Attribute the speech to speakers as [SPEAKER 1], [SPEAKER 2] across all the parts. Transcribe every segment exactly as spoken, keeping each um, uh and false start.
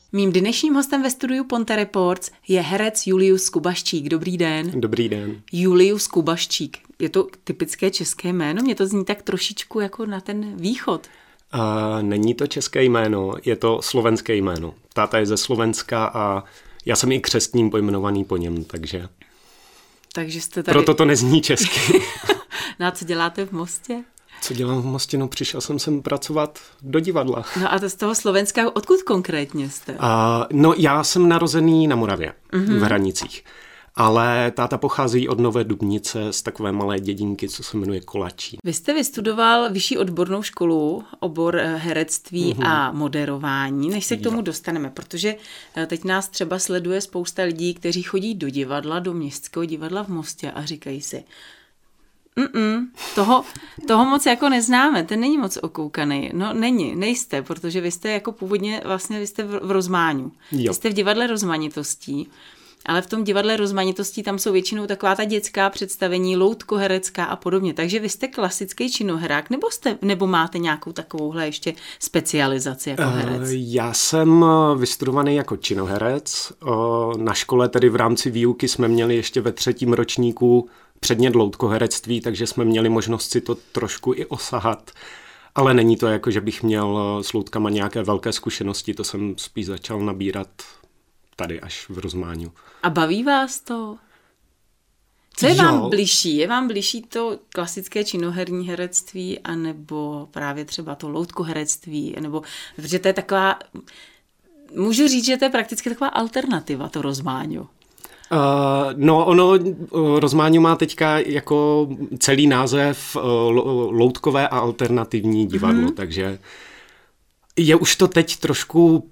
[SPEAKER 1] Mým dnešním hostem ve studiu Ponte Reports je herec Julius Kubaščík. Dobrý den.
[SPEAKER 2] Dobrý den.
[SPEAKER 1] Julius Kubaščík. Je to typické české jméno? Mně to zní tak trošičku jako na ten východ.
[SPEAKER 2] Uh, není to české jméno, je to slovenské jméno. Táta je ze Slovenska a já jsem i křestním pojmenovaný po něm, takže...
[SPEAKER 1] Takže jste tady...
[SPEAKER 2] Proto to nezní česky.
[SPEAKER 1] No a co děláte v Mostě?
[SPEAKER 2] Co dělám v Mostě? No přišel jsem sem pracovat do divadla.
[SPEAKER 1] No a to z toho Slovenska, odkud konkrétně jste?
[SPEAKER 2] Uh, no já jsem narozený na Moravě, mm-hmm. v Hranicích. Ale táta pochází od Nové Dubnice z takové malé dědinky, co se jmenuje Kolačí.
[SPEAKER 1] Vy jste vystudoval vyšší odbornou školu, obor herectví mm-hmm. a moderování, než se k tomu dostaneme, protože teď nás třeba sleduje spousta lidí, kteří chodí do divadla, do Městského divadla v Mostě a říkají si, Mm-mm, toho, toho moc jako neznáme, ten není moc okoukaný. No není, nejste, protože vy jste jako původně, vlastně vy jste v, v Rozmáňu.
[SPEAKER 2] Jo.
[SPEAKER 1] Vy jste v divadle Rozmanitostí, ale v tom divadle Rozmanitostí tam jsou většinou taková ta dětská představení, loutkoherecká a podobně. Takže vy jste klasický činoherák, nebo, jste, nebo máte nějakou takovouhle ještě specializaci jako herec?
[SPEAKER 2] Já jsem vystudovaný jako činoherec. Na škole tedy v rámci výuky jsme měli ještě ve třetím ročníku předmět loutkoherectví, takže jsme měli možnost si to trošku i osahat. Ale není to jako, že bych měl s loutkama nějaké velké zkušenosti, to jsem spíš začal nabírat tady až v Rozmáňu.
[SPEAKER 1] A baví vás to? Co je jo. vám bližší? Je vám bližší to klasické činoherní herectví, anebo právě třeba to loutkoherectví, nebo, protože to je taková, můžu říct, že to je prakticky taková alternativa, to Rozmáňu.
[SPEAKER 2] Uh, no ono, Rozmáňu má teďka jako celý název uh, loutkové a alternativní divadlo, mm-hmm. takže je už to teď trošku,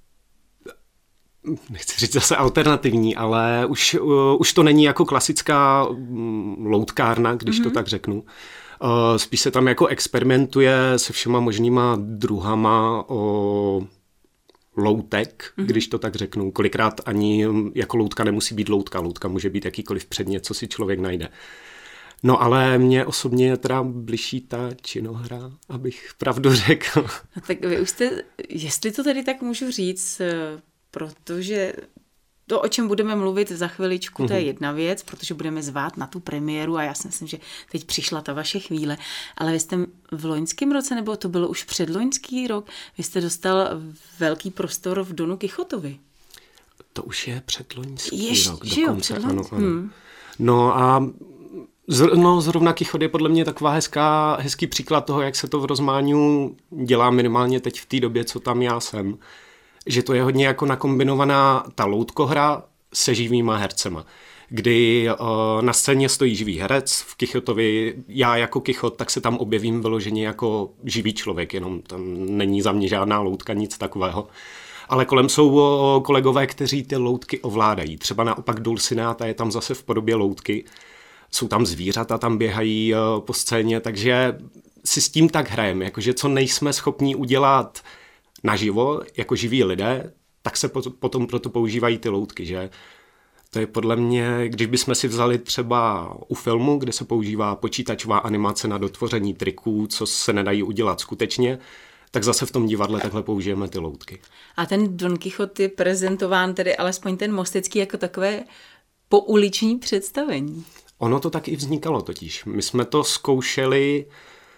[SPEAKER 2] nechci říct zase alternativní, ale už, uh, už to není jako klasická um, loutkárna, když mm-hmm. to tak řeknu. Uh, spíš se tam jako experimentuje se všema možnýma druhama o loutek, mm-hmm. když to tak řeknu. Kolikrát ani jako loutka nemusí být loutka, loutka může být jakýkoliv předmět, co si člověk najde. No ale mně osobně je teda bližší ta činohra, abych pravdu řekl.
[SPEAKER 1] No, tak vy už jste, jestli to tedy tak můžu říct, protože to, o čem budeme mluvit za chviličku, mm-hmm. to je jedna věc, protože budeme zvát na tu premiéru a já si myslím, že teď přišla ta vaše chvíle, ale vy jste v loňském roce, nebo to bylo už předloňský rok, vy jste dostal velký prostor v Donu Kichotovi.
[SPEAKER 2] To už je předloňský
[SPEAKER 1] Ještě,
[SPEAKER 2] rok
[SPEAKER 1] že
[SPEAKER 2] dokonce.
[SPEAKER 1] Jo,
[SPEAKER 2] ano, ano.
[SPEAKER 1] Hmm.
[SPEAKER 2] No a z, no, zrovna Kichot je podle mě taková hezká, hezký příklad toho, jak se to v Rozmáňu dělá minimálně teď v té době, co tam já jsem. Že to je hodně jako nakombinovaná ta loutkohra se živýma hercema. Kdy uh, na scéně stojí živý herec, v Kichotovi já jako Kichot, tak se tam objevím vyloženě jako živý člověk, jenom tam není za mě žádná loutka, nic takového. Ale kolem jsou uh, kolegové, kteří ty loutky ovládají. Třeba naopak Dulcináta je tam zase v podobě loutky. Jsou tam zvířata, tam běhají uh, po scéně, takže si s tím tak hrajeme, jakože co nejsme schopní udělat naživo, jako živí lidé, tak se potom proto používají ty loutky, že? To je podle mě, když bychom si vzali třeba u filmu, kde se používá počítačová animace na dotvoření triků, co se nedají udělat skutečně, tak zase v tom divadle takhle použijeme ty loutky.
[SPEAKER 1] A ten Don Kichot je prezentován tedy alespoň ten mostecký jako takové pouliční představení.
[SPEAKER 2] Ono to tak i vznikalo totiž. My jsme to zkoušeli.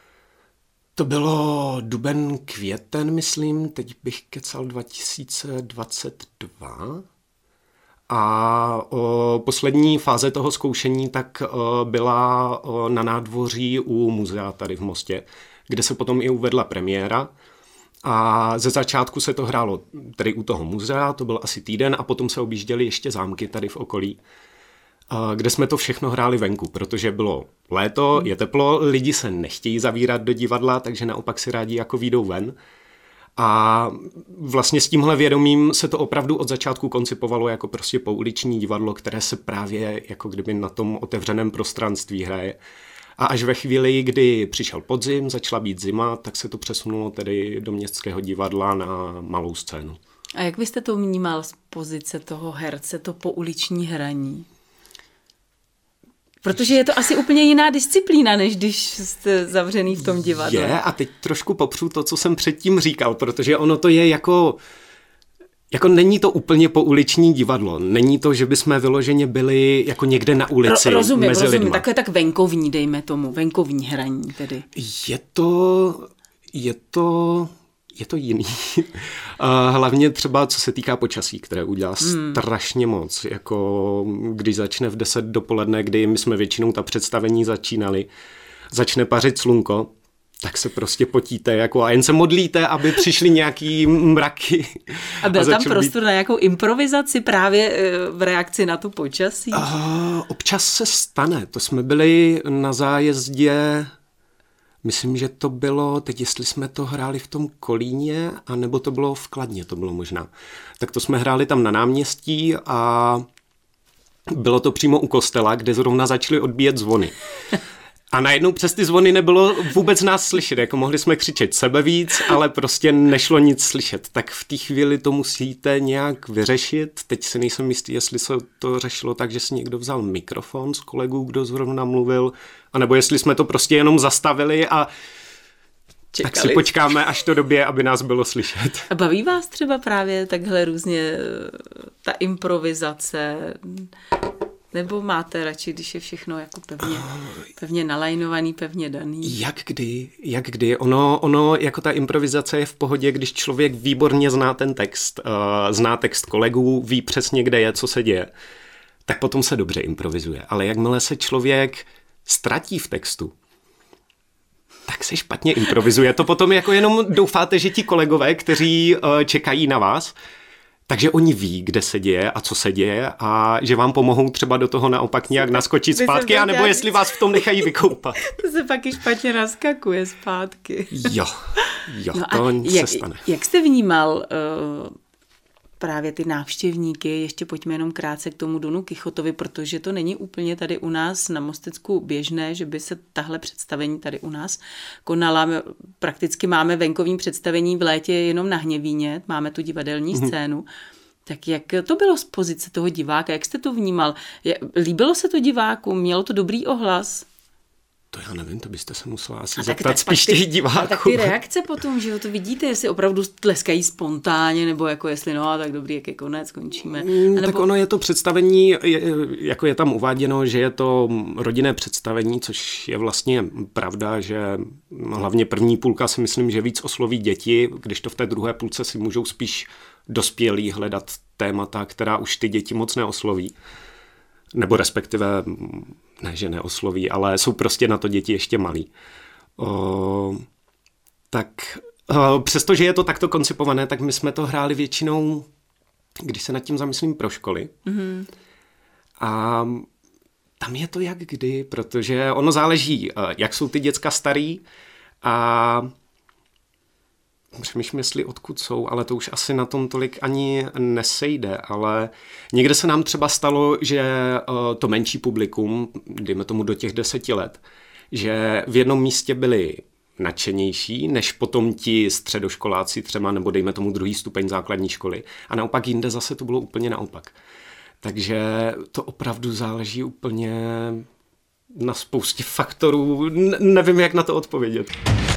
[SPEAKER 2] To bylo duben, květen, myslím, teď bych kecal dva tisíce dvacet dva. A o, poslední fáze toho zkoušení tak o, byla o, na nádvoří u muzea tady v Mostě, kde se potom i uvedla premiéra. A ze začátku se to hrálo tady u toho muzea, to byl asi týden, a potom se objížděly ještě zámky tady v okolí, kde jsme to všechno hráli venku, protože bylo léto, je teplo, lidi se nechtějí zavírat do divadla, takže naopak si rádi jako výjdou ven. A vlastně s tímhle vědomím se to opravdu od začátku koncipovalo jako prostě pouliční divadlo, které se právě jako kdyby na tom otevřeném prostranství hraje. A až ve chvíli, kdy přišel podzim, začala být zima, tak se to přesunulo tedy do Městského divadla na malou scénu.
[SPEAKER 1] A jak byste to vnímal z pozice toho herce, to pouliční hraní? Protože je to asi úplně jiná disciplína, než když jste zavřený v tom divadle.
[SPEAKER 2] Je, a teď trošku popřu to, co jsem předtím říkal, protože ono to je jako Jako není to úplně pouliční divadlo. Není to, že bychom vyloženě byli jako někde na ulici.
[SPEAKER 1] Ro, rozumím,
[SPEAKER 2] mezi
[SPEAKER 1] rozumím.
[SPEAKER 2] lidma.
[SPEAKER 1] Takové tak venkovní, dejme tomu. Venkovní hraní tedy.
[SPEAKER 2] Je to... Je to... Je to jiný. Hlavně třeba, co se týká počasí, které udělá hmm. strašně moc. Jako když začne v deset dopoledne, kdy my jsme většinou ta představení začínali, začne pařit slunko, tak se prostě potíte jako, a jen se modlíte, aby přišly nějaký mraky.
[SPEAKER 1] A byl a tam prostor být... na nějakou improvizaci právě v reakci na to počasí?
[SPEAKER 2] Uh, občas se stane. To jsme byli na zájezdě, myslím, že to bylo, teď jestli jsme to hráli v tom Kolíně, anebo to bylo v Kladně, to bylo možná. Tak to jsme hráli tam na náměstí a bylo to přímo u kostela, kde zrovna začaly odbíjet zvony. A najednou přes ty zvony nebylo vůbec nás slyšet, jako mohli jsme křičet sebe víc, ale prostě nešlo nic slyšet. Tak v té chvíli to musíte nějak vyřešit. Teď si nejsem jistý, jestli se to řešilo tak, že si někdo vzal mikrofon z kolegů, kdo zrovna mluvil, anebo jestli jsme to prostě jenom zastavili a čekali. Tak si počkáme až to době, aby nás bylo slyšet.
[SPEAKER 1] A baví vás třeba právě takhle různě ta improvizace? Nebo máte radši, když je všechno jako pevně, pevně nalajnovaný, pevně daný?
[SPEAKER 2] Jak kdy, jak kdy. Ono, ono, jako ta improvizace je v pohodě, když člověk výborně zná ten text, uh, zná text kolegů, ví přesně, kde je, co se děje, tak potom se dobře improvizuje. Ale jakmile se člověk ztratí v textu, tak se špatně improvizuje. To potom jako jenom doufáte, že ti kolegové, kteří uh, čekají na vás, takže oni ví, kde se děje a co se děje a že vám pomohou třeba do toho naopak nějak naskočit zpátky, anebo jestli vás v tom nechají vykoupat.
[SPEAKER 1] To se pak i špatně naskakuje zpátky.
[SPEAKER 2] Jo, jo,
[SPEAKER 1] no
[SPEAKER 2] to se
[SPEAKER 1] jak,
[SPEAKER 2] stane.
[SPEAKER 1] Jak jste vnímal uh, právě ty návštěvníky? Ještě pojďme jenom krátce k tomu Donu Kichotovi, protože to není úplně tady u nás na Mostecku běžné, že by se tahle představení tady u nás konala. My prakticky máme venkovní představení v létě jenom na Hněvíně, máme tu divadelní mm-hmm. scénu. Tak jak to bylo z pozice toho diváka? Jak jste to vnímal? Líbilo se to divákům? Mělo to dobrý ohlas?
[SPEAKER 2] To já nevím, to byste se musela asi
[SPEAKER 1] a
[SPEAKER 2] zeptat
[SPEAKER 1] tak, tak
[SPEAKER 2] spíš
[SPEAKER 1] ty,
[SPEAKER 2] těch diváků.
[SPEAKER 1] A tak ty reakce potom, že jo, to vidíte, jestli opravdu tleskají spontánně, nebo jako jestli no a tak dobrý, jak je konec, končíme.
[SPEAKER 2] Mm, nebo... Tak ono je to představení, je, jako je tam uváděno, že je to rodinné představení, což je vlastně pravda, že hlavně první půlka si myslím, že víc osloví děti, když to v té druhé půlce si můžou spíš dospělí hledat témata, která už ty děti moc neosloví. Nebo respektive, ne, že neosloví, ale jsou prostě na to děti ještě malí. O, tak o, přestože je to takto koncipované, tak my jsme to hráli většinou, když se nad tím zamyslím, pro školy. Mm-hmm. A tam je to jak kdy, protože ono záleží, jak jsou ty děcka starý a přemýšlím, jestli odkud jsou, ale to už asi na tom tolik ani nesejde, ale někde se nám třeba stalo, že to menší publikum, dejme tomu do těch deseti let, že v jednom místě byli nadšenější, než potom ti středoškoláci třeba, nebo dejme tomu druhý stupeň základní školy. A naopak jinde zase to bylo úplně naopak. Takže to opravdu záleží úplně na spoustě faktorů. N- nevím, jak na to odpovědět.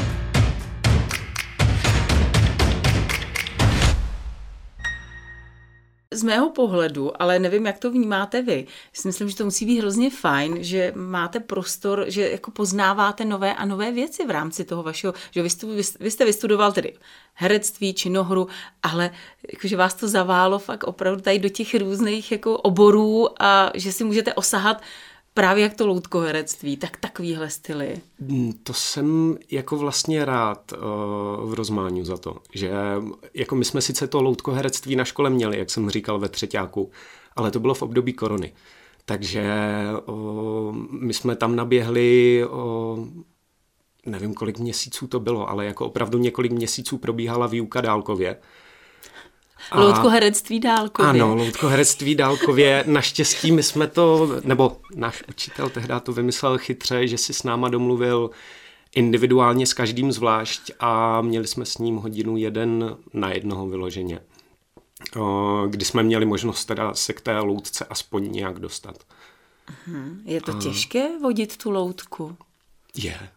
[SPEAKER 1] Z mého pohledu, ale nevím, jak to vnímáte vy, si myslím, že to musí být hrozně fajn, že máte prostor, že jako poznáváte nové a nové věci v rámci toho vašeho, že vy jste, vy jste vystudoval tedy herectví, činohru, ale jakože vás to zaválo fakt opravdu tady do těch různých jako oborů a že si můžete osahat právě jak to loutkoherectví, tak takovýhle styly.
[SPEAKER 2] To jsem jako vlastně rád uh, v Rozmáňu za to, že jako my jsme sice to loutkoherectví na škole měli, jak jsem říkal ve třeťáku, ale to bylo v období korony. Takže uh, my jsme tam naběhli, uh, nevím kolik měsíců to bylo, ale jako opravdu několik měsíců probíhala výuka dálkově.
[SPEAKER 1] A... Loutkoherectví dálkově.
[SPEAKER 2] Ano, loutkoherectví dálkově. Naštěstí my jsme to, nebo náš učitel tehdy to vymyslel chytře, že si s náma domluvil individuálně s každým zvlášť a měli jsme s ním hodinu jeden na jednoho vyloženě. Kdy jsme měli možnost teda se k té loutce aspoň nějak dostat.
[SPEAKER 1] Je to a... těžké vodit tu loutku?
[SPEAKER 2] Je.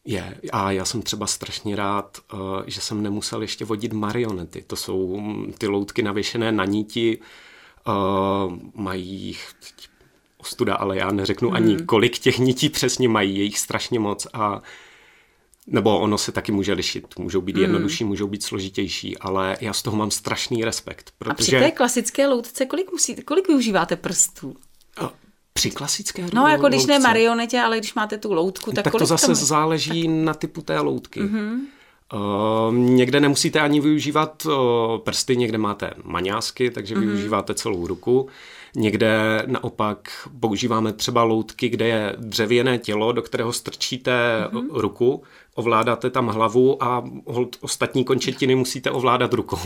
[SPEAKER 2] Je. A já jsem třeba strašně rád, uh, že jsem nemusel ještě vodit marionety. To jsou ty loutky navěšené na níti, uh, mají jich ostuda, ale já neřeknu hmm. ani kolik těch nití přesně mají, je jich strašně moc a nebo ono se taky může lišit. Můžou být jednodušší, můžou být složitější, ale já z toho mám strašný respekt. Protože...
[SPEAKER 1] A při té klasické loutce kolik, musíte, kolik využíváte prstů?
[SPEAKER 2] A při klasické
[SPEAKER 1] No, jako když ne marionetě, ale když máte tu loutku, tak,
[SPEAKER 2] tak
[SPEAKER 1] kolik
[SPEAKER 2] to zase
[SPEAKER 1] tam...
[SPEAKER 2] záleží tak... na typu té loutky.
[SPEAKER 1] Mm-hmm.
[SPEAKER 2] Uh, někde nemusíte ani využívat uh, prsty, někde máte maňásky, takže mm-hmm. využíváte celou ruku. Někde naopak používáme třeba loutky, kde je dřevěné tělo, do kterého strčíte mm-hmm. ruku, ovládáte tam hlavu a hold, ostatní končetiny musíte ovládat rukou.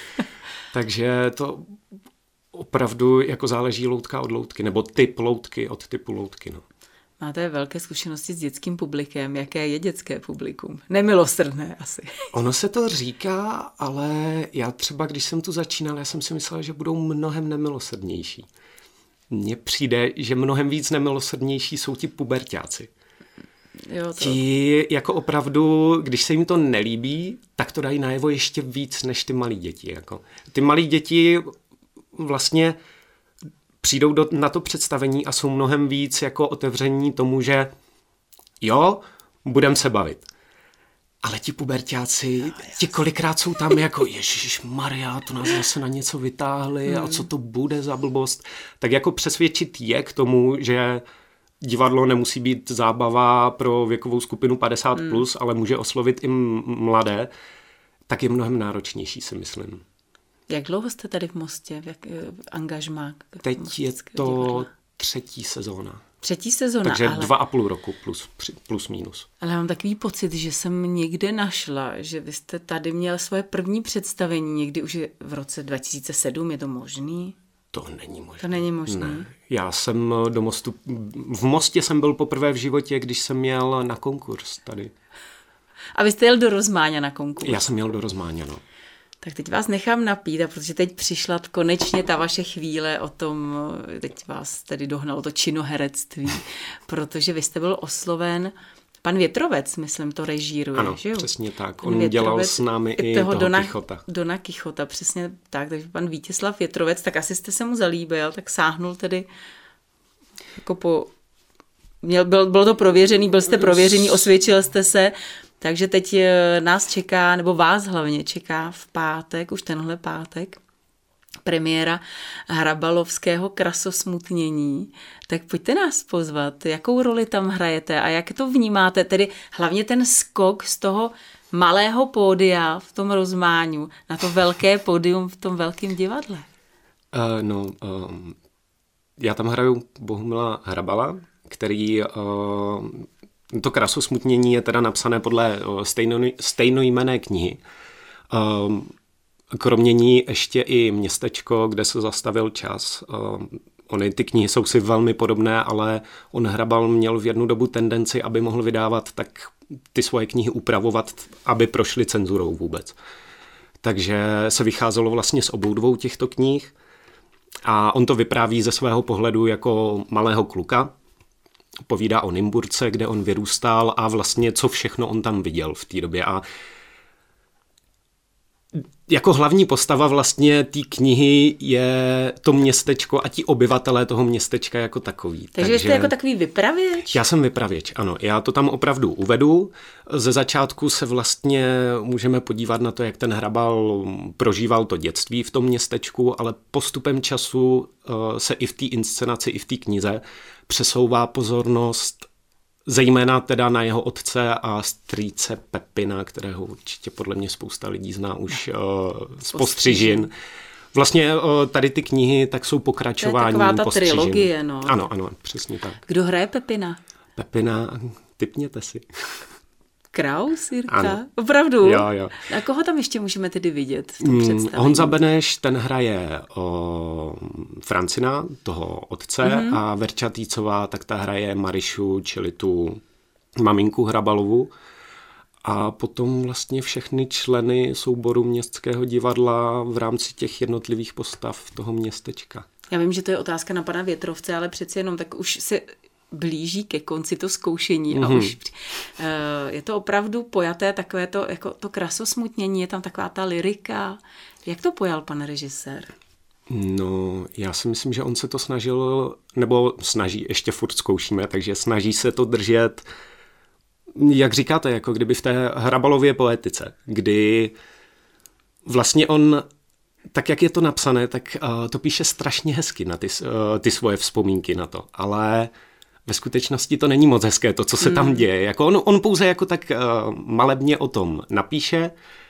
[SPEAKER 2] Takže to opravdu jako záleží loutka od loutky, nebo typ loutky od typu loutky. No.
[SPEAKER 1] Máte velké zkušenosti s dětským publikem. Jaké je dětské publikum? Nemilosrdné asi.
[SPEAKER 2] Ono se to říká, ale já třeba, když jsem tu začínal, já jsem si myslel, že budou mnohem nemilosrdnější. Mně přijde, že mnohem víc nemilosrdnější jsou ti puberťáci.
[SPEAKER 1] Jo, to...
[SPEAKER 2] Ti jako opravdu, když se jim to nelíbí, tak to dají najevo ještě víc než ty malí děti. Jako. Ty malí děti vlastně přijdou do, na to představení a jsou mnohem víc jako otevření tomu, že jo, budem se bavit. Ale ti puberťáci, no, ti kolikrát jsou tam jako ježišmarja, to nás zase na něco vytáhli hmm. a co to bude za blbost. Tak jako přesvědčit je k tomu, že divadlo nemusí být zábava pro věkovou skupinu padesát hmm. plus, ale může oslovit i mladé, tak je mnohem náročnější, si myslím.
[SPEAKER 1] Jak dlouho jste tady v Mostě, v jak, angažmá?
[SPEAKER 2] Teď je to divadla? třetí sezóna.
[SPEAKER 1] Třetí sezóna,
[SPEAKER 2] Takže
[SPEAKER 1] ale...
[SPEAKER 2] dva a půl roku plus, plus minus.
[SPEAKER 1] Ale mám takový pocit, že jsem někde našla, že vy jste tady měl svoje první představení někdy už v roce dva tisíce sedm, je to možný?
[SPEAKER 2] To není možné.
[SPEAKER 1] To není možné.
[SPEAKER 2] Ne. Já jsem do Mostu, v Mostě jsem byl poprvé v životě, když jsem měl na konkurs tady.
[SPEAKER 1] A vy jste jel do Rozmáňa na konkurs?
[SPEAKER 2] Já jsem jel do Rozmáňa, no.
[SPEAKER 1] Tak teď vás nechám napít, a protože teď přišla konečně ta vaše chvíle o tom, teď vás tedy dohnalo to činoherectví, protože vy jste byl osloven, pan Větrovec, myslím, to režíruje,
[SPEAKER 2] ano,
[SPEAKER 1] že jo?
[SPEAKER 2] Přesně tak. On Větrovec, dělal s námi i toho, toho
[SPEAKER 1] Dona,
[SPEAKER 2] Kichota.
[SPEAKER 1] Dona Kichota, přesně tak, takže pan Vítězslav Větrovec, tak asi jste se mu zalíbil, tak sáhnul tedy jako po... Měl, byl, bylo to prověřený, byl jste prověřený, osvědčil jste se. Takže teď nás čeká, nebo vás hlavně čeká v pátek, už tenhle pátek, premiéra Hrabalovského Krasosmutnění. Tak pojďte nás pozvat, jakou roli tam hrajete a jak to vnímáte, tedy hlavně ten skok z toho malého pódia v tom Rozmáňu na to velké pódium v tom velkém divadle. Uh,
[SPEAKER 2] no, um, já tam hraju Bohumila Hrabala, který... Uh, To Krasosmutnění je teda napsané podle stejno, stejnojmenné knihy. Kromě ní ještě i Městečko, kde se zastavil čas. Ony ty knihy jsou si velmi podobné, ale on Hrabal měl v jednu dobu tendenci, aby mohl vydávat tak ty svoje knihy upravovat, aby prošly cenzurou vůbec. Takže se vycházelo vlastně z obou dvou těchto knih a on to vypráví ze svého pohledu jako malého kluka. Povídá o Nymburce, kde on vyrůstal a vlastně co všechno on tam viděl v té době. A jako hlavní postava vlastně té knihy je to městečko a ti obyvatelé toho městečka jako takový.
[SPEAKER 1] Takže, Takže jste jako takový vypravěč?
[SPEAKER 2] Já jsem vypravěč, ano. Já to tam opravdu uvedu. Ze začátku se vlastně můžeme podívat na to, jak ten Hrabal prožíval to dětství v tom městečku, ale postupem času se i v té inscenaci, i v té knize přesouvá pozornost zejména teda na jeho otce a strýce Pepina, kterého určitě podle mě spousta lidí zná už uh, z Postřižin. Vlastně uh, tady ty knihy tak jsou pokračování Postřižin. To je taková ta
[SPEAKER 1] Postřižin. Trilogie, no.
[SPEAKER 2] Ano, ano, přesně tak.
[SPEAKER 1] Kdo hraje Pepina?
[SPEAKER 2] Pepina, tipněte si.
[SPEAKER 1] Kraus, Jirka?
[SPEAKER 2] Ano.
[SPEAKER 1] Opravdu?
[SPEAKER 2] Jo, jo.
[SPEAKER 1] A koho tam ještě můžeme tedy vidět v tom představení?
[SPEAKER 2] Honza Beneš, ten hraje o Francina, toho otce, mm-hmm. a Verča Týcová, tak ta hraje Marišu, čili tu maminku Hrabalovu. A potom vlastně všechny členy souboru Městského divadla v rámci těch jednotlivých postav toho městečka.
[SPEAKER 1] Já vím, že to je otázka na pana Větrovce, ale přeci jenom tak už si blíží ke konci to zkoušení
[SPEAKER 2] mm-hmm.
[SPEAKER 1] a už uh, je to opravdu pojaté takové to, jako to krasosmutnění, je tam taková ta lyrika. Jak to pojal pan režisér?
[SPEAKER 2] No, já si myslím, že on se to snažil, nebo snaží, ještě furt zkoušíme, takže snaží se to držet, jak říkáte, jako kdyby v té Hrabalově poetice, kdy vlastně on, tak jak je to napsané, tak uh, to píše strašně hezky na ty, uh, ty svoje vzpomínky na to, ale ve skutečnosti to není moc hezké, to, co se tam děje. Jako on, on pouze jako tak uh, malebně o tom napíše,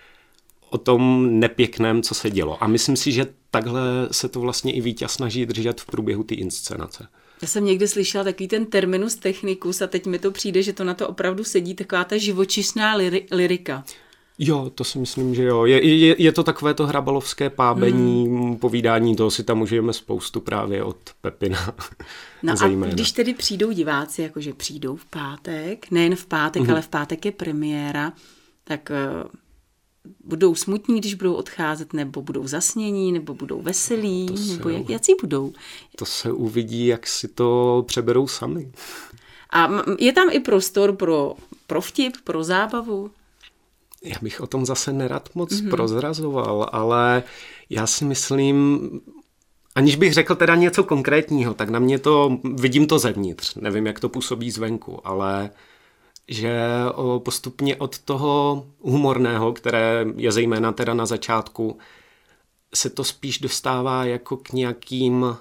[SPEAKER 2] o tom nepěkném, co se dělo. A myslím si, že takhle se to vlastně i Víťa snaží držet v průběhu té inscenace.
[SPEAKER 1] Já jsem někdy slyšela takový ten terminus technicus a teď mi to přijde, že to na to opravdu sedí, taková ta živočišná lyri- lyrika.
[SPEAKER 2] Jo, to si myslím, že jo. Je, je, je to takové to hrabalovské pábení, hmm. povídání, toho si tam užijeme spoustu právě od Pepina.
[SPEAKER 1] No a když tedy přijdou diváci, jakože přijdou v pátek, nejen v pátek, hmm. ale v pátek je premiéra, tak uh, budou smutní, když budou odcházet, nebo budou zasnění, nebo budou veselí, nebo jak, jací budou?
[SPEAKER 2] To se uvidí, jak si to přeberou sami.
[SPEAKER 1] A je tam i prostor pro, pro vtip, pro zábavu?
[SPEAKER 2] Já bych o tom zase nerad moc mm-hmm. prozrazoval, ale já si myslím, aniž bych řekl teda něco konkrétního, tak na mě to, vidím to zevnitř, nevím, jak to působí zvenku, ale že postupně od toho humorného, které je zejména teda na začátku, se to spíš dostává jako k nějakým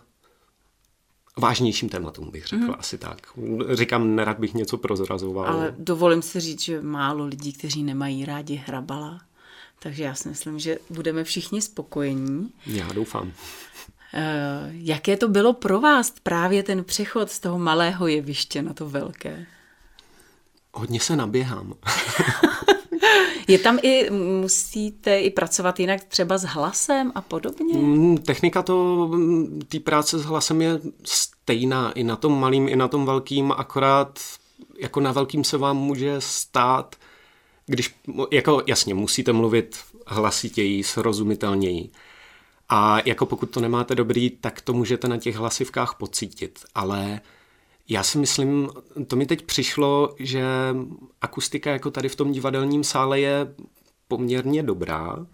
[SPEAKER 2] vážnějším tématům, bych řekl, mm. asi tak. Říkám, nerad bych něco prozrazoval.
[SPEAKER 1] Ale dovolím si říct, že málo lidí, kteří nemají rádi Hrabala, takže já si myslím, že budeme všichni spokojení.
[SPEAKER 2] Já doufám.
[SPEAKER 1] Uh, jaké to bylo pro vás právě ten přechod z toho malého jeviště na to velké?
[SPEAKER 2] Hodně se naběhám.
[SPEAKER 1] Je tam i, musíte i pracovat jinak třeba s hlasem a podobně?
[SPEAKER 2] Technika to, té práce s hlasem je stejná i na tom malým, i na tom velkým, akorát jako na velkým se vám může stát, když, jako jasně, musíte mluvit hlasitěji, srozumitelněji. A jako pokud to nemáte dobrý, tak to můžete na těch hlasivkách pocítit, ale já si myslím, to mi teď přišlo, že akustika jako tady v tom divadelním sále je poměrně dobrá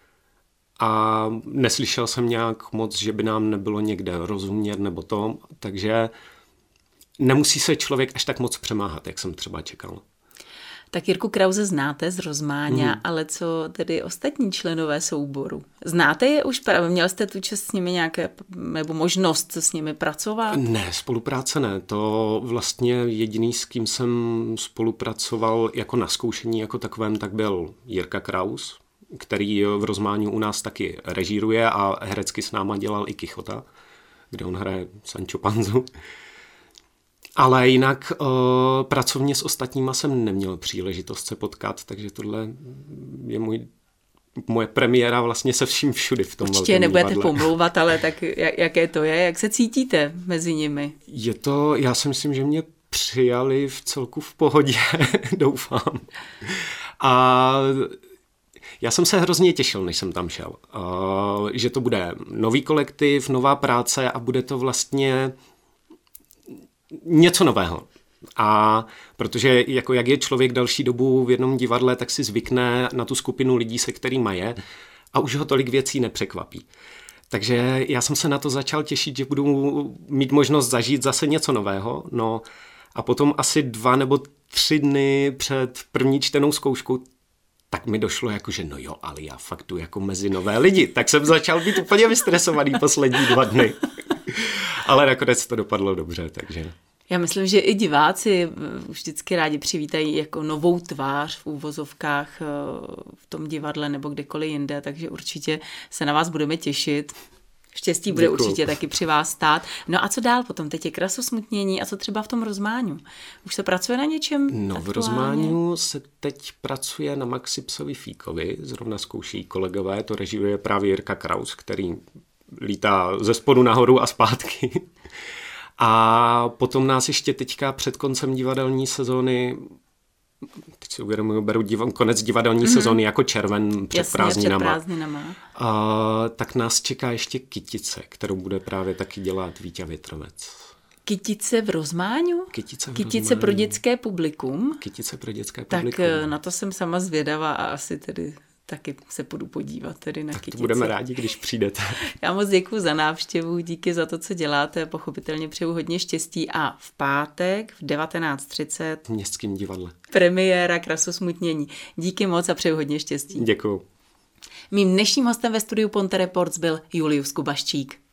[SPEAKER 2] a neslyšel jsem nějak moc, že by nám nebylo někde rozumět nebo to, takže nemusí se člověk až tak moc přemáhat, jak jsem třeba čekal.
[SPEAKER 1] Tak Jirku Krause znáte z Rozmáňa, mm. ale co tedy ostatní členové souboru? Znáte je už? Měl jste tu čas s nimi nějaké, nebo možnost s nimi pracovat? Ne,
[SPEAKER 2] spolupráce ne. To vlastně jediný, s kým jsem spolupracoval jako na zkoušení jako takovém, tak byl Jirka Kraus, který v Rozmáňu u nás taky režíruje a herecky s náma dělal i Kichota, kde on hraje Sancho Panzu. Ale jinak uh, pracovně s ostatníma jsem neměl příležitost se potkat, takže tohle je můj, moje premiéra vlastně se vším všudy v tom
[SPEAKER 1] Určitě
[SPEAKER 2] velkém
[SPEAKER 1] nebudete
[SPEAKER 2] divadle.
[SPEAKER 1] pomlouvat, ale tak jak, jaké to je? Jak se cítíte mezi nimi?
[SPEAKER 2] Je to, já si myslím, že mě přijali v celku v pohodě, doufám. A já jsem se hrozně těšil, než jsem tam šel. Uh, že to bude nový kolektiv, nová práce a bude to vlastně něco nového. A protože jako jak je člověk další dobu v jednom divadle, tak si zvykne na tu skupinu lidí, se kterýma je a už ho tolik věcí nepřekvapí. Takže já jsem se na to začal těšit, že budu mít možnost zažít zase něco nového. No a potom asi dva nebo tři dny před první čtenou zkouškou tak mi došlo jako, že no jo, ale já fakt jdu jako mezi nové lidi. Tak jsem začal být úplně vystresovaný poslední dva dny. Ale nakonec to dopadlo dobře, takže...
[SPEAKER 1] Já myslím, že i diváci vždycky rádi přivítají jako novou tvář v úvozovkách v tom divadle nebo kdekoliv jinde, takže určitě se na vás budeme těšit. Štěstí bude Děkuju. Určitě taky při vás stát. No a co dál potom? Teď je krasosmutnění a co třeba v tom Rozmáňu? Už se pracuje na něčem?
[SPEAKER 2] No aktuálně? V Rozmáňu se teď pracuje na Maxi Psovi Fíkovi, zrovna zkouší kolegové, to režíruje právě Jirka Kraus, který lítá ze spodu nahoru a zpátky. A potom nás ještě teďka před koncem divadelní sezóny, teď si uvědomuji, beru div- konec divadelní mm-hmm. sezóny jako červen před
[SPEAKER 1] Jasně,
[SPEAKER 2] prázdninama.
[SPEAKER 1] Před prázdninama.
[SPEAKER 2] A, tak nás čeká ještě Kytice, kterou bude právě taky dělat Víťa Větrovec.
[SPEAKER 1] Kytice v Rozmáňu?
[SPEAKER 2] Kytice, v
[SPEAKER 1] Kytice
[SPEAKER 2] Rozmáňu.
[SPEAKER 1] pro dětské publikum?
[SPEAKER 2] Kytice pro dětské
[SPEAKER 1] tak
[SPEAKER 2] publikum.
[SPEAKER 1] Tak na to jsem sama zvědavá a asi tedy taky se půjdu podívat tedy na
[SPEAKER 2] tak
[SPEAKER 1] Kytice.
[SPEAKER 2] To budeme rádi, když přijdete.
[SPEAKER 1] Já moc děkuji za návštěvu, díky za to, co děláte, pochopitelně přeju hodně štěstí a v pátek v devatenáct třicet
[SPEAKER 2] v Městském divadle.
[SPEAKER 1] Premiéra Krasosmutnění. Díky moc a přeju hodně štěstí.
[SPEAKER 2] Děkuju.
[SPEAKER 1] Mým dnešním hostem ve studiu Ponte Reports byl Julius Kubaščík.